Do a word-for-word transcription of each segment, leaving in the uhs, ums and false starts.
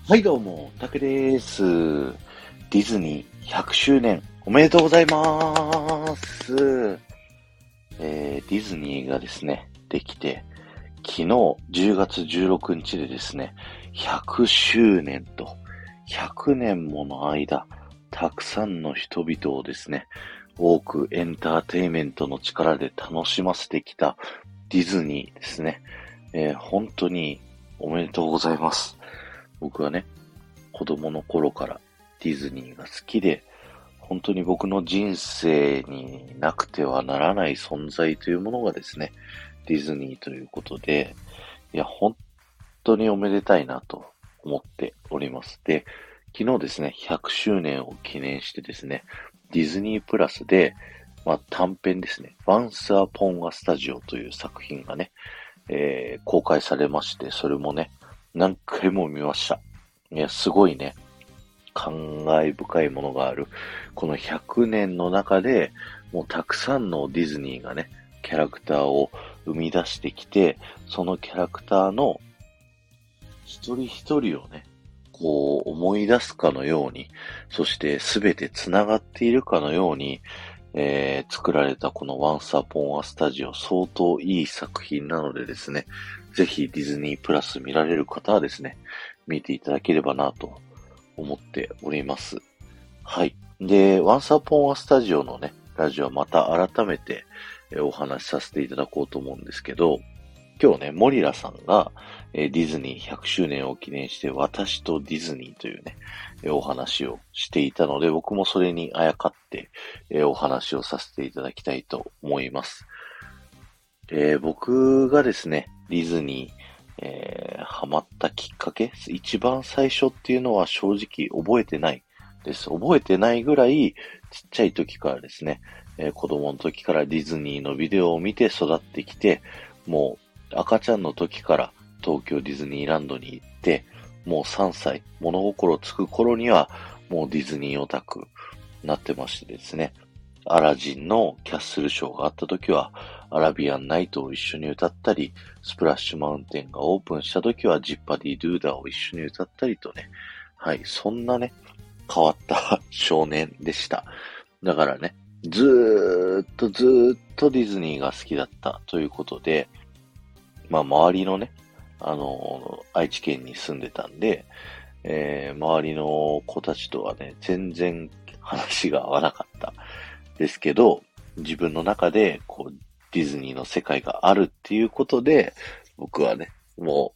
はいどうも、たけです。ディズニーひゃくしゅうねんおめでとうございます。えー、ディズニーがですね、できて、昨日じゅうがつじゅうろくにちでですね、ひゃくしゅうねんと、ひゃくねんもの間、たくさんの人々をですね、多くエンターテイメントの力で楽しませてきたディズニーですね。えー、本当におめでとうございます。僕はね、子供の頃からディズニーが好きで、本当に僕の人生になくてはならない存在というものがですね、ディズニーということで、いや、本当におめでたいなと思っております。で、昨日ですね、ひゃくしゅうねんを記念してですね、ディズニープラスで、まあ、短編ですね、Once Upon a Studio という作品がね、えー公開されまして、それもね、何回も見ました。いや、すごいね、感慨深いものがある。このひゃくねんの中で、もうたくさんのディズニーがね、キャラクターを生み出してきて、そのキャラクターの一人一人をね、こう思い出すかのように、そしてすべて繋がっているかのように、えー作られたこの Once Upon a Studio 相当いい作品なのでですね、ぜひディズニープラス見られる方はですね、見ていただければなと思っております。はい。で、Once Upon a Studio のね、ラジオはまた改めてえーお話しさせていただこうと思うんですけど、今日ね、モリラさんが、えーディズニーひゃくしゅうねんを記念して私とディズニーというね、えーお話をしていたので、僕もそれにあやかって、えーお話をさせていただきたいと思います。えー僕がですね、ディズニー、えーハマったきっかけ、一番最初っていうのは正直覚えてないです。覚えてないぐらいちっちゃい時からですね、えー子供の時からディズニーのビデオを見て育ってきて、もう赤ちゃんの時から東京ディズニーランドに行って、もうさんさい、物心つく頃にはもうディズニーオタクになってましてですね、アラジンのキャッスルショーがあった時は、アラビアンナイトを一緒に歌ったり、スプラッシュマウンテンがオープンした時は、ジッパディドゥーダーを一緒に歌ったりとね、はい、そんなね、変わった少年でした。だからね、ずーっとずーっとディズニーが好きだったということで、まあ周りのね、あのー愛知県に住んでたんで、えー周りの子たちとはね、全然話が合わなかったですけど、自分の中で、こう、ディズニーの世界があるっていうことで、僕はね、も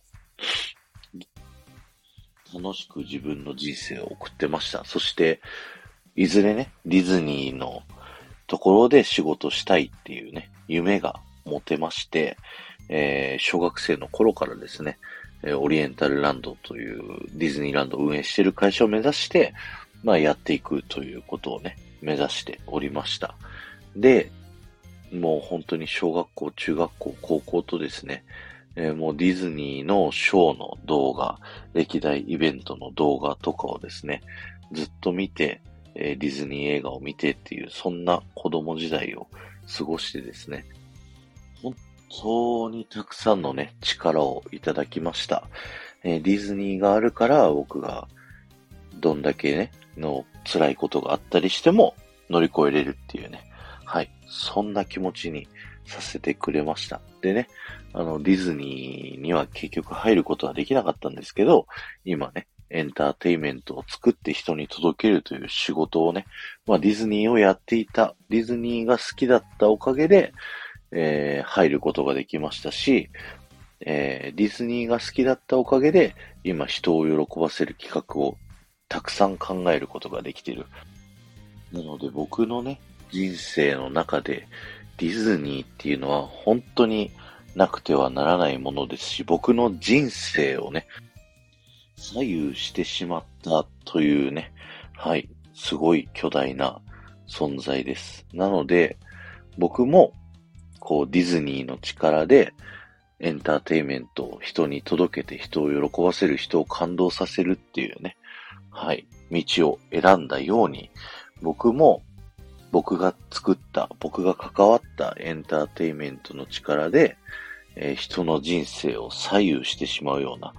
う、楽しく自分の人生を送ってました。そして、いずれね、ディズニーのところで仕事したいっていうね、夢が持てまして、えー小学生の頃からですね、えーオリエンタルランドというディズニーランドを運営している会社を目指して、まあやっていくということをね、目指しておりました。で、もう本当に小学校、中学校、高校とですね、えーもうディズニーのショーの動画、歴代イベントの動画とかをですね、ずっと見て、えーディズニー映画を見てっていう、そんな子供時代を過ごしてですね、本当にたくさんのね、力をいただきました。えーディズニーがあるから僕がどんだけね、の辛いことがあったりしても乗り越えれるっていうね。はい。そんな気持ちにさせてくれました。でね、あの、ディズニーには結局入ることはできなかったんですけど、今ね、エンターテイメントを作って人に届けるという仕事をね、まあディズニーをやっていた、ディズニーが好きだったおかげで、えー入ることができましたし、えーディズニーが好きだったおかげで、今人を喜ばせる企画をたくさん考えることができている。なので僕のね、人生の中でディズニーっていうのは本当になくてはならないものですし、僕の人生をね、左右してしまったというね、はい、すごい巨大な存在です。なので、僕もこうディズニーの力でエンターテイメントを人に届けて人を喜ばせる、人を感動させるっていうね、はい、道を選んだように、僕も僕が作った、僕が関わったエンターテイメントの力で、えー人の人生を左右してしまうような、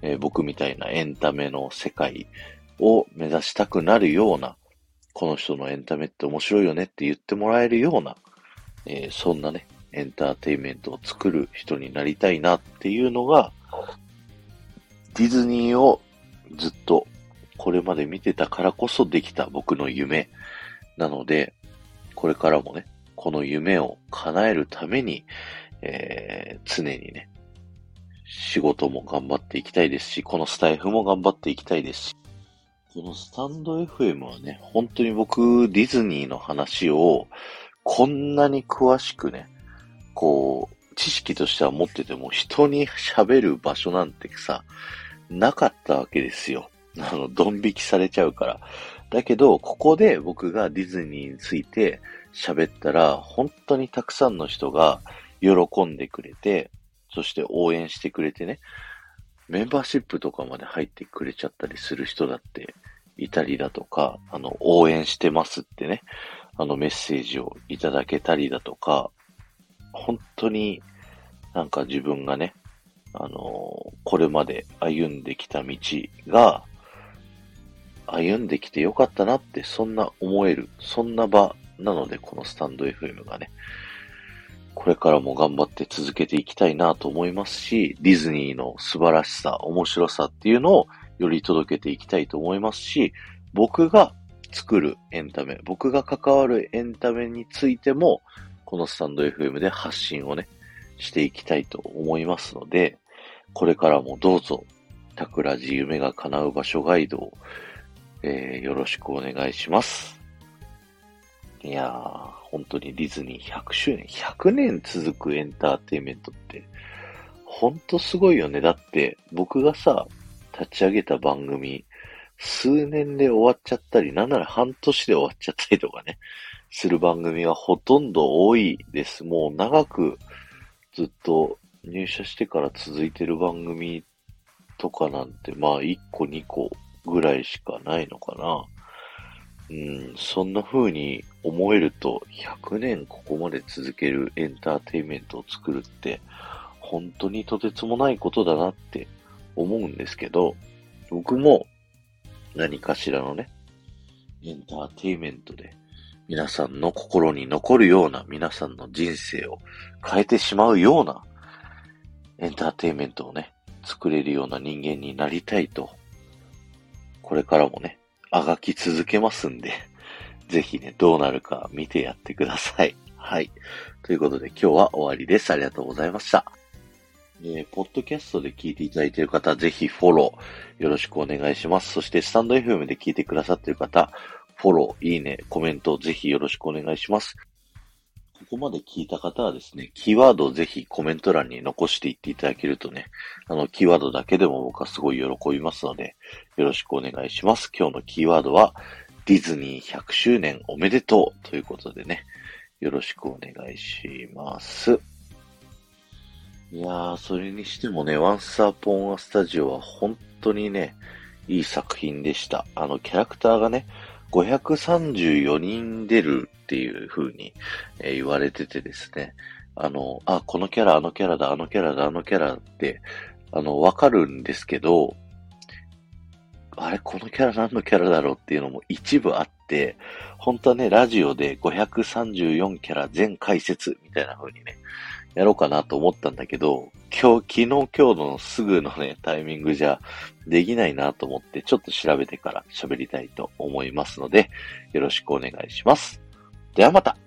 えー僕みたいなエンタメの世界を目指したくなるような、この人のエンタメって面白いよねって言ってもらえるような、えーそんなね、エンターテインメントを作る人になりたいなっていうのが、ディズニーをずっとこれまで見てたからこそできた僕の夢なので、これからもね、この夢を叶えるために、えー常にね、仕事も頑張っていきたいですし、このスタイフも頑張っていきたいですし、このスタンド エフエム はね、本当に僕、ディズニーの話をこんなに詳しくね、こう、知識としては持ってても人に喋る場所なんてさ、なかったわけですよ。あの、ドン引きされちゃうから。だけど、ここで僕がディズニーについて喋ったら、本当にたくさんの人が喜んでくれて、そして応援してくれてね、メンバーシップとかまで入ってくれちゃったりする人だっていたりだとか、あの、応援してますってね、あのメッセージをいただけたりだとか、本当になんか自分がね、あのーこれまで歩んできた道が、歩んできてよかったなって、そんな思える、そんな場なので、このスタンド エフエム がね、これからも頑張って続けていきたいなと思いますし、ディズニーの素晴らしさ、面白さっていうのをより届けていきたいと思いますし、僕が作るエンタメ、僕が関わるエンタメについても、このスタンド エフエム で発信をね、していきたいと思いますので、これからもどうぞ、タクラジ夢が叶う場所ガイドを、えーよろしくお願いします。いやー、本当にディズニーひゃくしゅうねん、ひゃくねん続くエンターテインメントって、本当すごいよね。だって、僕がさ、立ち上げた番組、数年で終わっちゃったり、なんなら半年で終わっちゃったりとかね、する番組がほとんど多いです。もう長くずっと入社してから続いてる番組とかなんて、まあいっこにこぐらいしかないのかな。うん、そんな風に思えると、ひゃくねんここまで続けるエンターテインメントを作るって、本当にとてつもないことだなって思うんですけど、僕も何かしらのね、エンターテインメントで皆さんの心に残るような、皆さんの人生を変えてしまうようなエンターテインメントをね、作れるような人間になりたいと、これからもね、あがき続けますんで、ぜひね、どうなるか見てやってください。はい。ということで今日は終わりです。ありがとうございました。えー、ポッドキャストで聞いていただいている方、ぜひフォローよろしくお願いします。そして、スタンド エフエム で聞いてくださっている方、フォロー、いいね、コメント、ぜひよろしくお願いします。ここまで聞いた方はですね、キーワードをぜひコメント欄に残していっていただけるとね、あの、キーワードだけでも僕はすごい喜びますので、よろしくお願いします。今日のキーワードは、ディズニーひゃくしゅうねんおめでとうということでね、よろしくお願いします。いやー、それにしてもね、Once Upon a Studio は本当にね、いい作品でした。あの、キャラクターがね、ごひゃくさんじゅうよにん出るっていう風に、えー言われててですね、あの、あ、このキャラ、あのキャラだ、あのキャラだ、あのキャラって、あの、わかるんですけど、あれ、このキャラ何のキャラだろうっていうのも一部あって、本当はね、ラジオでごひゃくさんじゅうよんキャラ全解説みたいな風にね、やろうかなと思ったんだけど、今日、昨日、今日のすぐのね、タイミングじゃできないなと思って、ちょっと調べてから喋りたいと思いますので、よろしくお願いします。ではまた。